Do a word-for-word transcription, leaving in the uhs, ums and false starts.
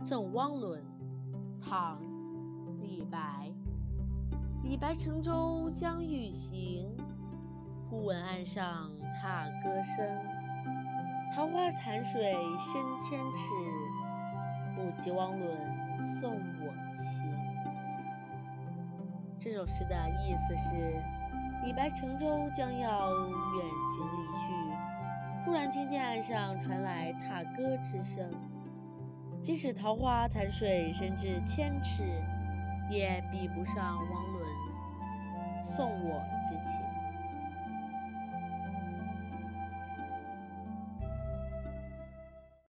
赠汪伦，唐·李白。李白乘舟将欲行，忽闻岸上踏歌声。桃花潭水深千尺，不及汪伦送我情。这首诗的意思是，李白乘舟将要远行离去，忽然听见岸上传来踏歌之声，即使桃花潭水深至千尺，也比不上汪伦送我之情。